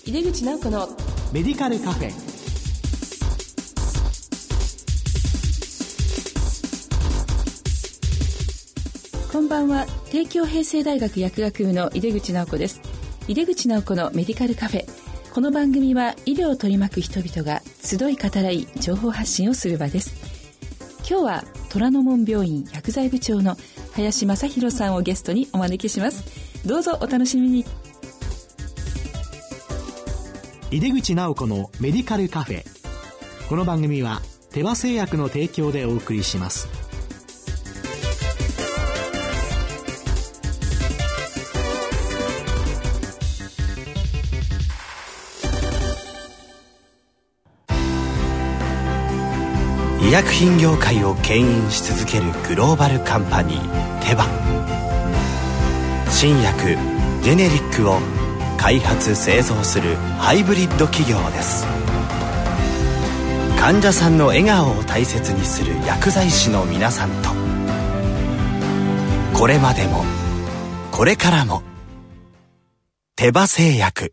井出口直子のメディカルカフェ。 こんばんは。帝京平成大学薬学部の井出口直子です。井出口直子のメディカルカフェ。この番組は医療を取り巻く人々が集い語らい情報発信をする場です。今日は虎ノ門病院薬剤部長の林正弘さんをゲストにお招きします。どうぞお楽しみに。 井出口直子のメディカルカフェ。この番組は手羽製薬の提供でお送りします。 医薬品業界を牽引し続けるグローバルカンパニーテバ。新薬ジェネリックを開発製造するハイブリッド企業です。患者さんの笑顔を大切にする薬剤師の皆さんと、これまでもこれからもテバ製薬。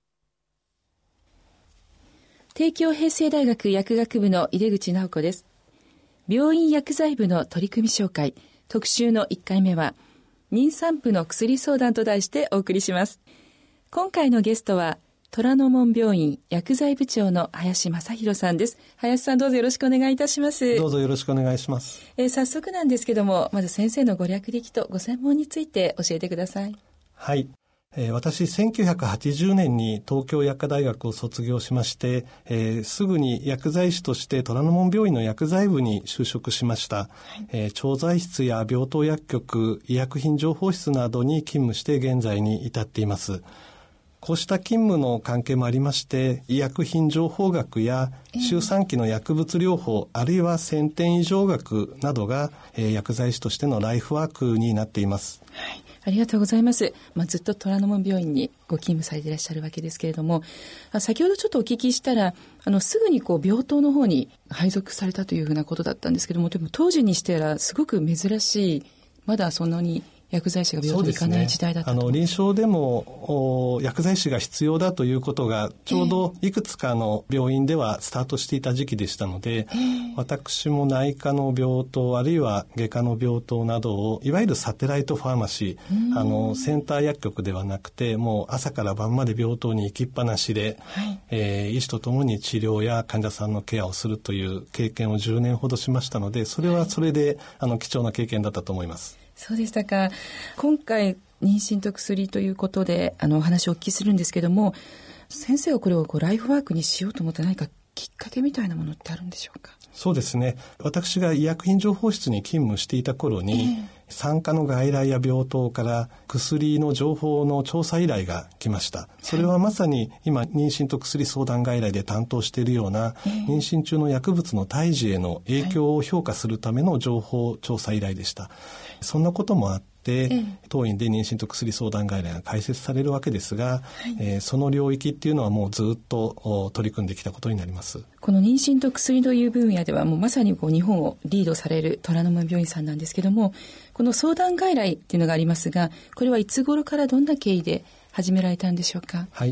帝京平成大学薬学部の井出口直子です。病院薬剤部の取り組み紹介特集の1回目は妊産婦の薬相談と題してお送りします。今回のゲストは虎ノ門病院薬剤部長の林正弘さんです。林さん、どうぞよろしくお願いいたします。 どうぞよろしくお願いします。 早速なんですけども、まず先生のご略歴とご専門について教えてください。 はい。私1980年に東京薬科大学を卒業しまして、すぐに薬剤師として虎ノ門病院の薬剤部に就職しました。調剤室や病棟薬局、医薬品情報室などに勤務して現在に至っています。こうした勤務の関係もありまして、医薬品情報学や周産期の薬物療法、あるいは先天異常学などが、薬剤師としてのライフワークになっています。 はい、ありがとうございます。ずっと虎ノ門病院にご勤務されていらっしゃるわけですけれども、先ほどちょっとお聞きしたらすぐに病棟の方に配属されたというふうなことだったんですけども、でも当時にしてはすごく珍しい、まだそんなに薬剤師が病棟に行かない時代だったと。 臨床でも薬剤師が必要だということがちょうどいくつかの病院ではスタートしていた時期でしたので、私も内科の病棟あるいは外科の病棟などをいわゆるサテライトファーマシー、センター薬局ではなくて、もう朝から晩まで病棟に行きっぱなしで、医師とともに治療や患者さんのケアをするという経験を10年ほどしましたので、それはそれで貴重な経験だったと思います。 そうでしたか。今回妊娠と薬ということでお話をお聞きするんですけども、先生はこれをライフワークにしようと思って何かきっかけみたいなものってあるんでしょうか？ そうですね。私が医薬品情報室に勤務していた頃に、産科の外来や病棟から薬の情報の調査依頼が来ました。それはまさに今妊娠と薬相談外来で担当しているような、妊娠中の薬物の胎児への影響を評価するための情報調査依頼でした。そんなこともあって当院で妊娠と薬相談外来が開設されるわけですが、その領域っていうのはもうずっと取り組んできたことになります。 この妊娠と薬という分野ではもうまさに日本をリードされる虎ノ門病院さんなんですけども、この相談外来っていうのがありますが、これはいつ頃からどんな経緯で始められたんでしょうか？ はい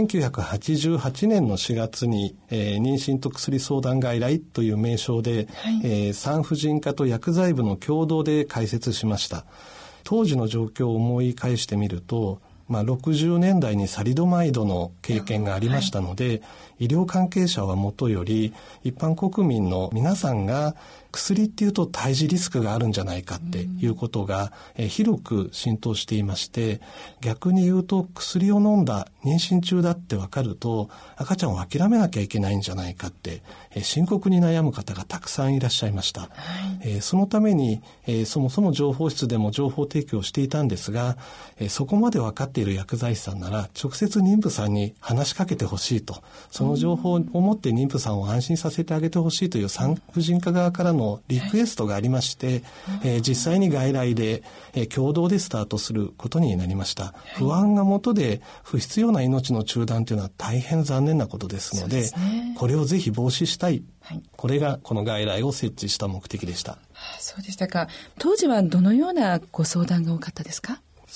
、1988年の4月に、妊娠と薬相談外来という名称で、産婦人科と薬剤部の共同で開設しました。当時の状況を思い返してみると、60年代にサリドマイドの経験がありましたので、医療関係者はもとより一般国民の皆さんが薬っていうと胎児リスクがあるんじゃないかっていうことが広く浸透していまして、逆に言うと薬を飲んだ妊娠中だって分かると赤ちゃんを諦めなきゃいけないんじゃないかって深刻に悩む方がたくさんいらっしゃいました。そのためにそもそも情報室でも情報提供していたんですが、そこまで分かっている薬剤師さんなら直接妊婦さんに話しかけてほしいと、その情報を持って妊婦さんを安心させてあげてほしいという産婦人科側からのリクエストがありまして、実際に外来で共同でスタートすることになりました。不安がもとで不必要な命の中断というのは大変残念なことですので、これをぜひ防止したい、これがこの外来を設置した目的でした。 そうでしたか。当時はどのようなご相談が多かったですか？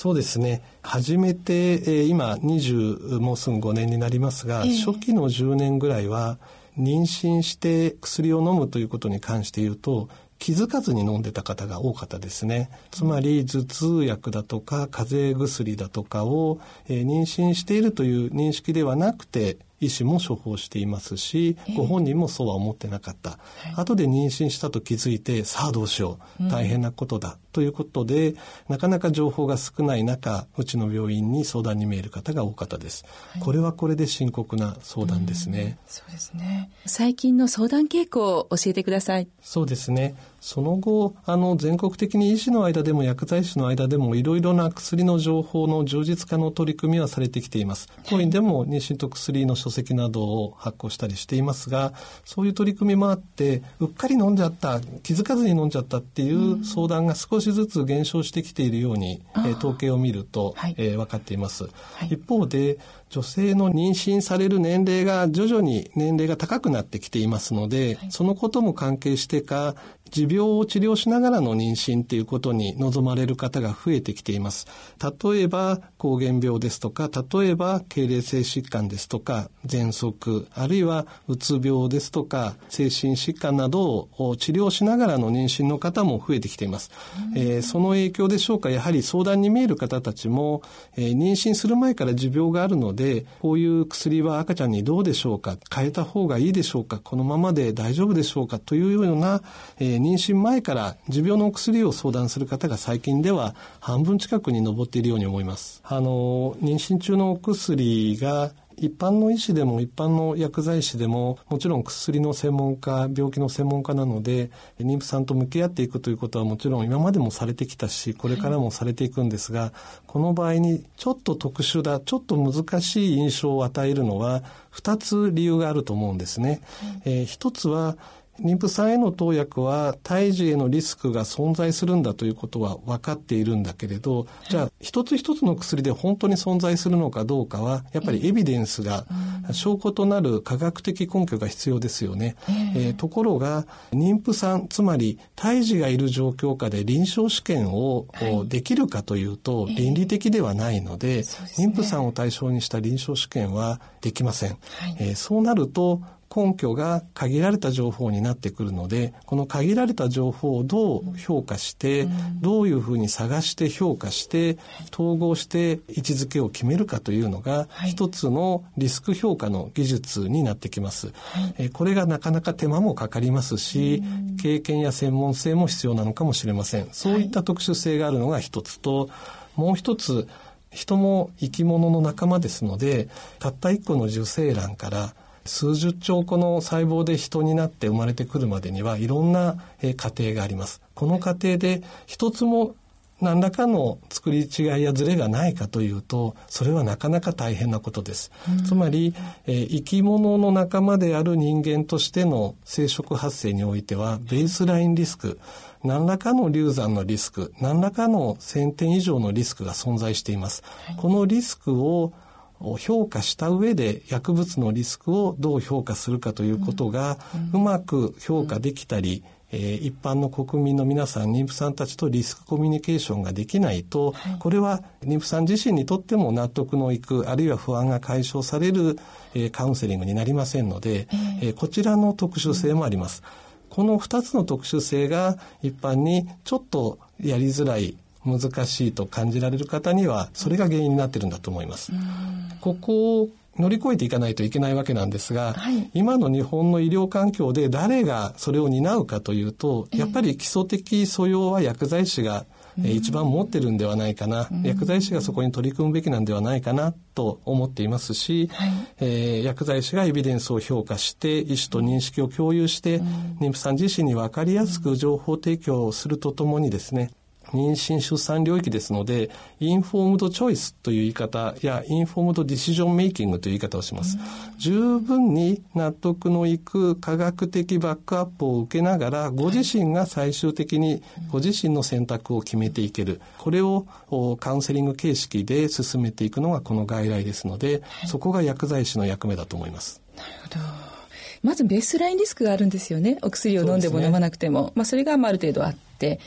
そうですね。初めて、今20もうすぐ5年になりますが、初期の10年ぐらいは妊娠して薬を飲むということに関して言うと気づかずに飲んでた方が多かったですね。つまり頭痛薬だとか風邪薬だとかを、妊娠しているという認識ではなくて医師も処方していますし、ご本人もそうは思ってなかった。後で妊娠したと気づいて、さあどうしよう、大変なことだ、ということで、なかなか情報が少ない中、うちの病院に相談に見える方が多かったです。これはこれで深刻な相談ですね。 そうですね。最近の相談傾向を教えてください。 そうですね。その後、全国的に医師の間でも薬剤師の間でもいろいろな薬の情報の充実化の取り組みはされてきています。当院でも妊娠と薬の書籍などを発行したりしていますが、そういう取り組みもあって、うっかり飲んじゃった、気づかずに飲んじゃったっていう相談が少しずつ減少してきているように、統計を見ると、分かっています。一方で、女性の妊娠される年齢が徐々に年齢が高くなってきていますので、そのことも関係してか、持病を治療しながらの妊娠ということに望まれる方が増えてきています。例えば膠原病ですとか、例えば経齢性疾患ですとか、喘息、あるいはうつ病ですとか、精神疾患などを治療しながらの妊娠の方も増えてきています。その影響でしょうか、やはり相談に見える方たちも、妊娠する前から持病があるので、こういう薬は赤ちゃんにどうでしょうか、変えた方がいいでしょうか、このままで大丈夫でしょうかというような、妊娠前から持病のお薬を相談する方が最近では半分近くに上っているように思います。妊娠中のお薬が一般の医師でも一般の薬剤師でももちろん薬の専門家、病気の専門家なので、妊婦さんと向き合っていくということはもちろん今までもされてきたし、これからもされていくんですが、この場合にちょっと特殊だ、ちょっと難しい印象を与えるのは2つ理由があると思うんですね。一つは妊婦さんへの投薬は胎児へのリスクが存在するんだということは分かっているんだけれど、じゃあ一つ一つの薬で本当に存在するのかどうかはやっぱりエビデンスが、証拠となる科学的根拠が必要ですよね。ところが妊婦さん、つまり胎児がいる状況下で臨床試験をできるかというと倫理的ではないので、妊婦さんを対象にした臨床試験はできません。そうなると根拠が限られた情報になってくるので、この限られた情報をどう評価して、どういうふうに探して評価して、統合して位置づけを決めるかというのが、一つのリスク評価の技術になってきます。これがなかなか手間もかかりますし、経験や専門性も必要なのかもしれません。そういった特殊性があるのが一つと、もう一つ、人も生き物の仲間ですので、たった一個の受精卵から数十兆個の細胞で人になって生まれてくるまでにはいろんな過程があります。この過程で一つも何らかの作り違いやズレがないかというと、それはなかなか大変なことです。つまり、生き物の仲間である人間としての生殖発生においてはベースラインリスク、何らかの流産のリスク、何らかの1000点以上のリスクが存在しています。このリスクを評価した上で薬物のリスクをどう評価するかということがうまく評価できたり、一般の国民の皆さん、妊婦さんたちとリスクコミュニケーションができないと、これは妊婦さん自身にとっても納得のいく、あるいは不安が解消されるカウンセリングになりませんので、こちらの特殊性もあります。この2つの特殊性が一般にちょっとやりづらい、難しいと感じられる方にはそれが原因になっているんだと思います。ここを乗り越えていかないといけないわけなんですが、今の日本の医療環境で誰がそれを担うかというと、やっぱり基礎的素養は薬剤師が一番持ってるんではないかな、薬剤師がそこに取り組むべきなんではないかなと思っていますし、薬剤師がエビデンスを評価して医師と認識を共有して、妊婦さん自身に分かりやすく情報提供をするとともにですね、妊娠出産領域ですので、インフォームドチョイスという言い方やインフォームドディシジョンメイキングという言い方をします。十分に納得のいく科学的バックアップを受けながら、ご自身が最終的にご自身の選択を決めていける。これをカウンセリング形式で進めていくのがこの外来ですので、そこが薬剤師の役目だと思います。 なるほど。まずベースラインリスクがあるんですよね。お薬を飲んでも飲まなくても。それがある程度あって、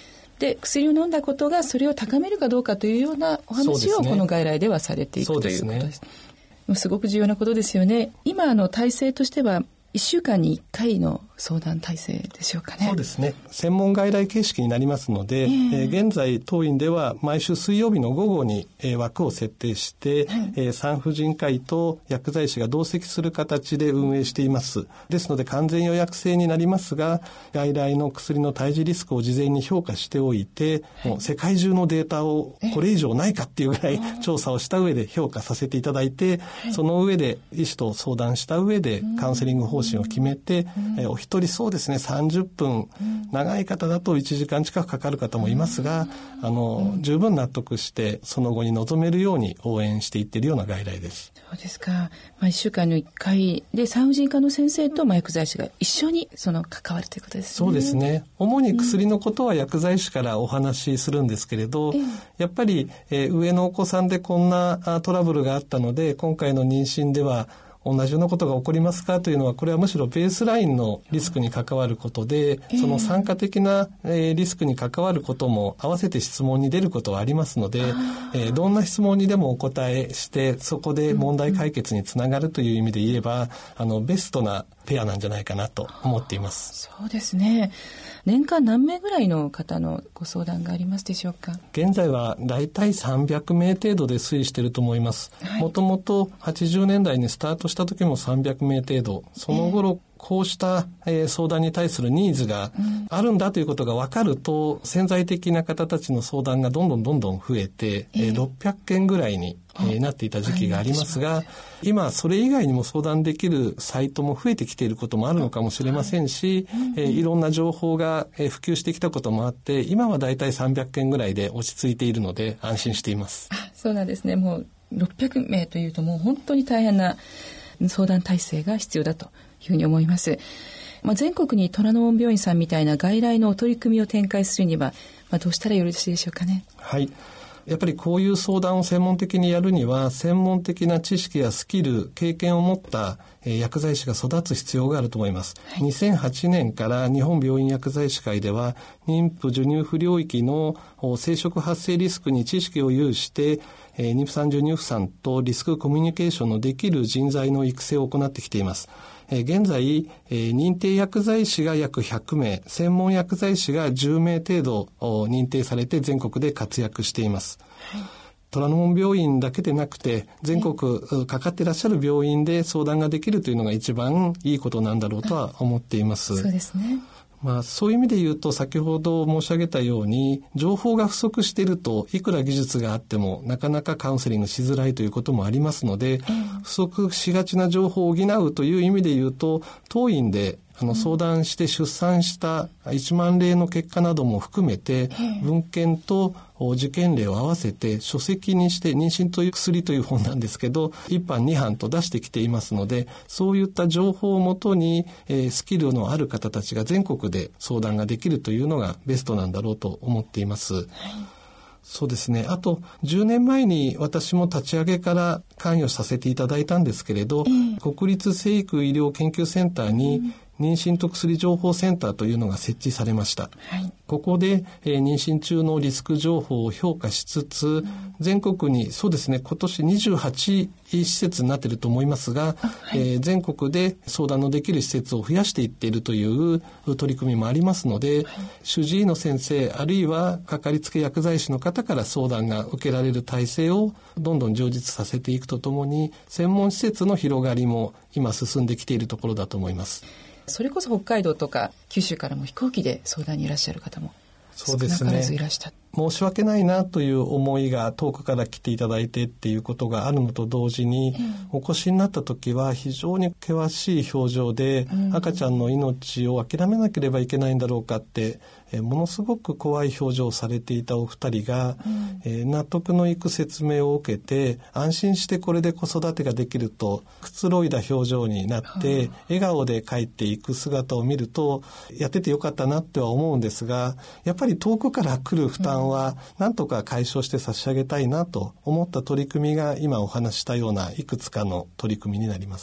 で薬を飲んだことがそれを高めるかどうかというようなお話をこの外来ではされていくということです。すごく重要なことですよね。今体制としては1週間に1回の相談体制でしょうかね。 そうですね。専門外来形式になりますので、現在当院では毎週水曜日の午後に、枠を設定して、産婦人科医と薬剤師が同席する形で運営しています。ですので完全予約制になりますが、外来の薬の対峙リスクを事前に評価しておいて、もう世界中のデータをこれ以上ないかっていうぐらい調査をした上で評価させていただいて、その上で医師と相談した上でカウンセリング方針を決めて、お一人そうですね30分、長い方だと1時間近くかかる方もいますが、十分納得してその後に臨めるように応援していっているような外来です。 そうですか。1週間の1回で産婦人科の先生と薬剤師が一緒に関わるということですね。 そうですね。主に薬のことは薬剤師からお話しするんですけれど、やっぱり、上のお子さんでこんなトラブルがあったので今回の妊娠では同じようなことが起こりますかというのは、これはむしろベースラインのリスクに関わることで、その参加的なリスクに関わることも合わせて質問に出ることはありますので、どんな質問にでもお答えしてそこで問題解決につながるという意味で言えば、ベストなペアなんじゃないかなと思っています。 そうですね。年間何名ぐらいの方のご相談がありますでしょうか。 現在はだいたい300名程度で推移していると思います。もともと80年代にスタートした時も300名程度、その頃こうした、相談に対するニーズがあるんだということが分かると、潜在的な方たちの相談がどんどん増えて、600件ぐらいに、なっていた時期がありますが、今それ以外にも相談できるサイトも増えてきていることもあるのかもしれませんし、いろんな情報が普及してきたこともあって、今はだいたい300件ぐらいで落ち着いているので安心しています。 そうなんですね。もう600名というともう本当に大変な相談体制が必要だというふうに思います。全国に虎ノ門病院さんみたいな外来の取り組みを展開するには、どうしたらよろしいでしょうかね。 はい。やっぱりこういう相談を専門的にやるには、専門的な知識やスキル、経験を持った薬剤師が育つ必要があると思います。2008年から日本病院薬剤師会では、妊婦授乳婦領域の生殖発生リスクに知識を有して、妊婦さん授乳婦さんとリスクコミュニケーションのできる人材の育成を行ってきています。現在、認定薬剤師が約100名、専門薬剤師が10名程度認定されて全国で活躍しています。虎ノ門病院だけでなくて、全国かかっていらっしゃる病院で相談ができるというのが一番いいことなんだろうとは思っています。 そうですね。 そういう意味で言うと、先ほど申し上げたように、情報が不足しているといくら技術があってもなかなかカウンセリングしづらいということもありますので、不足しがちな情報を補うという意味で言うと、当院で相談して出産した1万例の結果なども含めて、文献と受験例を合わせて書籍にして、妊娠という薬という本なんですけど、1版2版と出してきていますので、そういった情報をもとにスキルのある方たちが全国で相談ができるというのがベストなんだろうと思っています。そうですね。あと10年前に私も立ち上げから関与させていただいたんですけれど、国立成育医療研究センターに妊娠と薬情報センターというのが設置されました。ここで、妊娠中のリスク情報を評価しつつ、全国にそうですね、今年28施設になっていると思いますが、全国で相談のできる施設を増やしていっているという取り組みもありますので、主治医の先生あるいはかかりつけ薬剤師の方から相談が受けられる体制をどんどん充実させていくとともに、専門施設の広がりも今進んできているところだと思います。 それこそ北海道とか九州からも飛行機で相談にいらっしゃる方も少なからずいらっしゃった。 申し訳ないなという思いが遠くから来ていただいてっていうことがあるのと同時に、お越しになった時は非常に険しい表情で、赤ちゃんの命を諦めなければいけないんだろうかって、ものすごく怖い表情をされていたお二人が、納得のいく説明を受けて安心してこれで子育てができるとくつろいだ表情になって笑顔で帰っていく姿を見ると、やっててよかったなっては思うんですが、やっぱり遠くから来る負担は何とか解消して差し上げたいなと思った取り組みが今お話したようないくつかの取り組みになります。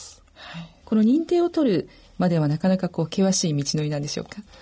この認定を取るまではなかなか険しい道のりなんでしょうか。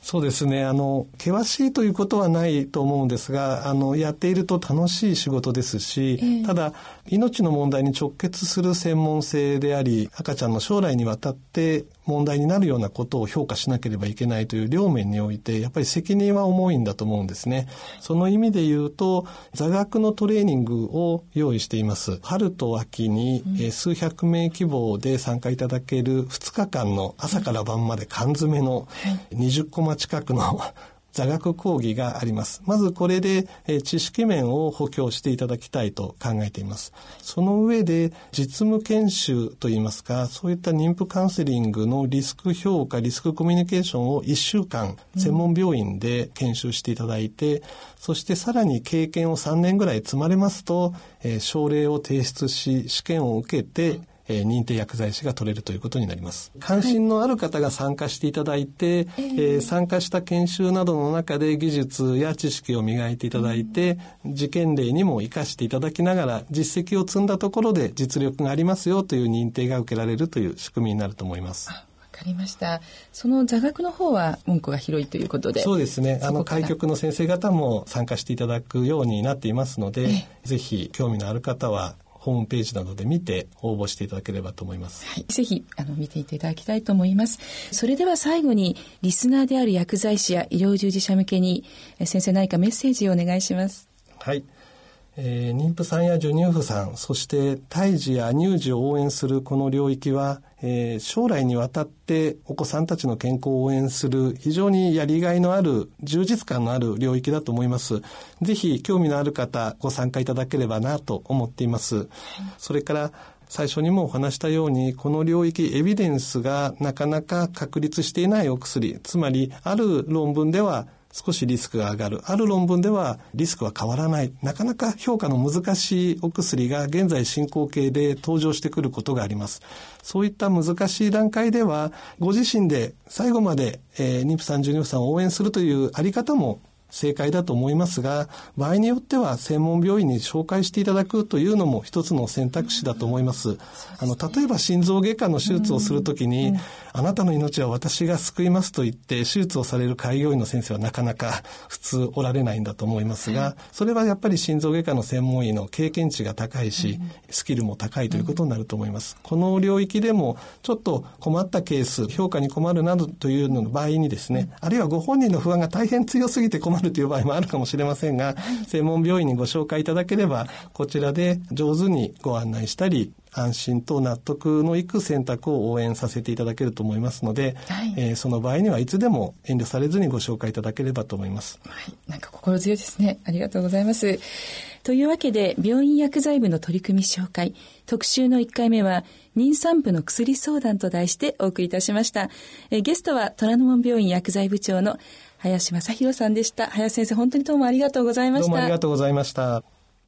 そうですね。険しいということはないと思うんですが、やっていると楽しい仕事ですし、ただ、命の問題に直結する専門性であり、赤ちゃんの将来にわたって問題になるようなことを評価しなければいけないという両面において、やっぱり責任は重いんだと思うんですね。その意味で言うと、座学のトレーニングを用意しています。春と秋に数百名規模で参加いただける2日間の朝から晩まで缶詰の20コマ近くの座学講義があります。まずこれで知識面を補強していただきたいと考えています。その上で実務研修といいますか、そういった妊婦カウンセリングのリスク評価、リスクコミュニケーションを1週間専門病院で研修していただいて、そしてさらに経験を3年ぐらい積まれますと、症例を提出し試験を受けて認定薬剤師が取れるということになります。関心のある方が参加していただいて、参加した研修などの中で技術や知識を磨いていただいて、実験例にも生かしていただきながら実績を積んだところで実力がありますよという認定が受けられるという仕組みになると思います。 わかりました。その座学の方は門戸が広いということで。 そうですね。開局の先生方も参加していただくようになっていますので、ぜひ興味のある方はホームページなどで見て応募していただければと思います。 はい、ぜひ見ていただきたいと思います。それでは最後にリスナーである薬剤師や医療従事者向けに先生何かメッセージをお願いします。 はい。妊婦さんや授乳婦さん、そして胎児や乳児を応援するこの領域は、将来にわたってお子さんたちの健康を応援する非常にやりがいのある充実感のある領域だと思います。ぜひ興味のある方ご参加いただければなと思っています。それから最初にもお話したように、この領域エビデンスがなかなか確立していないお薬、つまりある論文では少しリスクが上がる、ある論文ではリスクは変わらない、なかなか評価の難しいお薬が現在進行形で登場してくることがあります。そういった難しい段階ではご自身で最後まで、妊婦さん授乳婦さんを応援するというあり方も正解だと思いますが、場合によっては専門病院に紹介していただくというのも一つの選択肢だと思います。例えば心臓外科の手術をするときに、あなたの命は私が救いますと言って手術をされる開業医の先生はなかなか普通おられないんだと思いますが、それはやっぱり心臓外科の専門医の経験値が高いし、スキルも高いということになると思います。この領域でもちょっと困ったケース、評価に困るなどというのの場合にですね、あるいはご本人の不安が大変強すぎて困るという場合もあるかもしれませんが、専門病院にご紹介いただければ、こちらで上手にご案内したり、安心と納得のいく選択を応援させていただけると思いますので、その場合にはいつでも遠慮されずにご紹介いただければと思います。 はい、なんか心強いですね。ありがとうございます。というわけで、病院薬剤部の取り組み紹介、特集の1回目は妊産婦の薬相談と題してお送りいたしました。ゲストは虎ノ門病院薬剤部長の林正弘さんでした。林先生、本当にどうもありがとうございました。 どうもありがとうございました。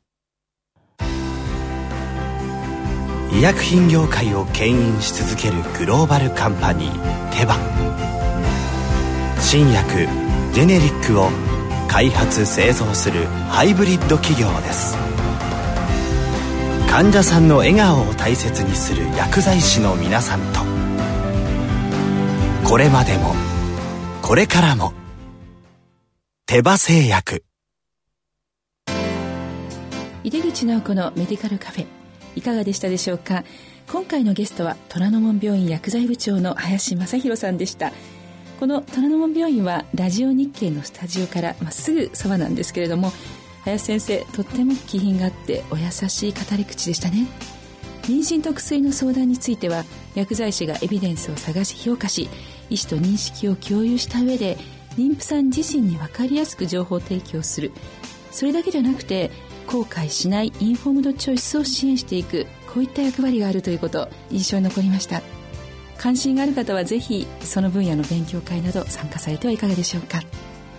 医薬品業界を牽引し続けるグローバルカンパニーテバ、新薬ジェネリックを開発製造するハイブリッド企業です。患者さんの笑顔を大切にする薬剤師の皆さんと、これまでもこれからもテバ製薬。 井出口直子のメディカルカフェ、いかがでしたでしょうか。今回のゲストは虎ノ門病院薬剤部長の林正弘さんでした。この虎ノ門病院はラジオ日経のスタジオからすぐそばなんですけれども、林先生とっても気品があってお優しい語り口でしたね。妊娠と薬の相談については薬剤師がエビデンスを探し評価し、医師と認識を共有した上で妊婦さん自身に分かりやすく情報提供する、それだけじゃなくて後悔しないインフォームドチョイスを支援していく、こういった役割があるということ、印象に残りました。関心がある方はぜひその分野の勉強会など参加されてはいかがでしょうか。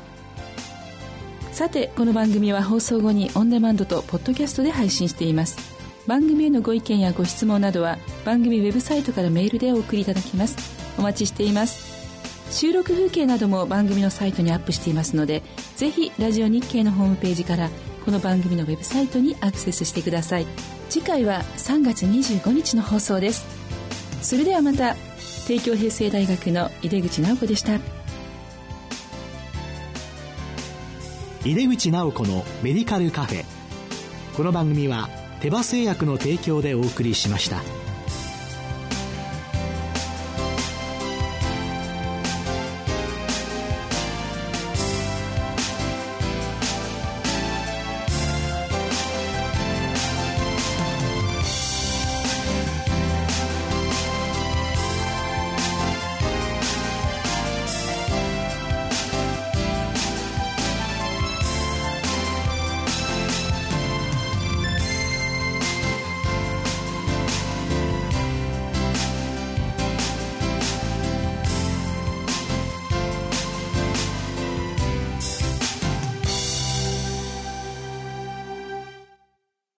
さて、この番組は放送後にオンデマンドとポッドキャストで配信しています。番組へのご意見やご質問などは番組ウェブサイトからメールでお送りいただきます。お待ちしています。収録風景なども番組のサイトにアップしていますので、ぜひラジオ日経のホームページからこの番組のウェブサイトにアクセスしてください。次回は3月25日の放送です。それではまた。帝京平成大学の井出口直子でした。 井出口直子のメディカルカフェ。この番組は手羽製薬の提供でお送りしました。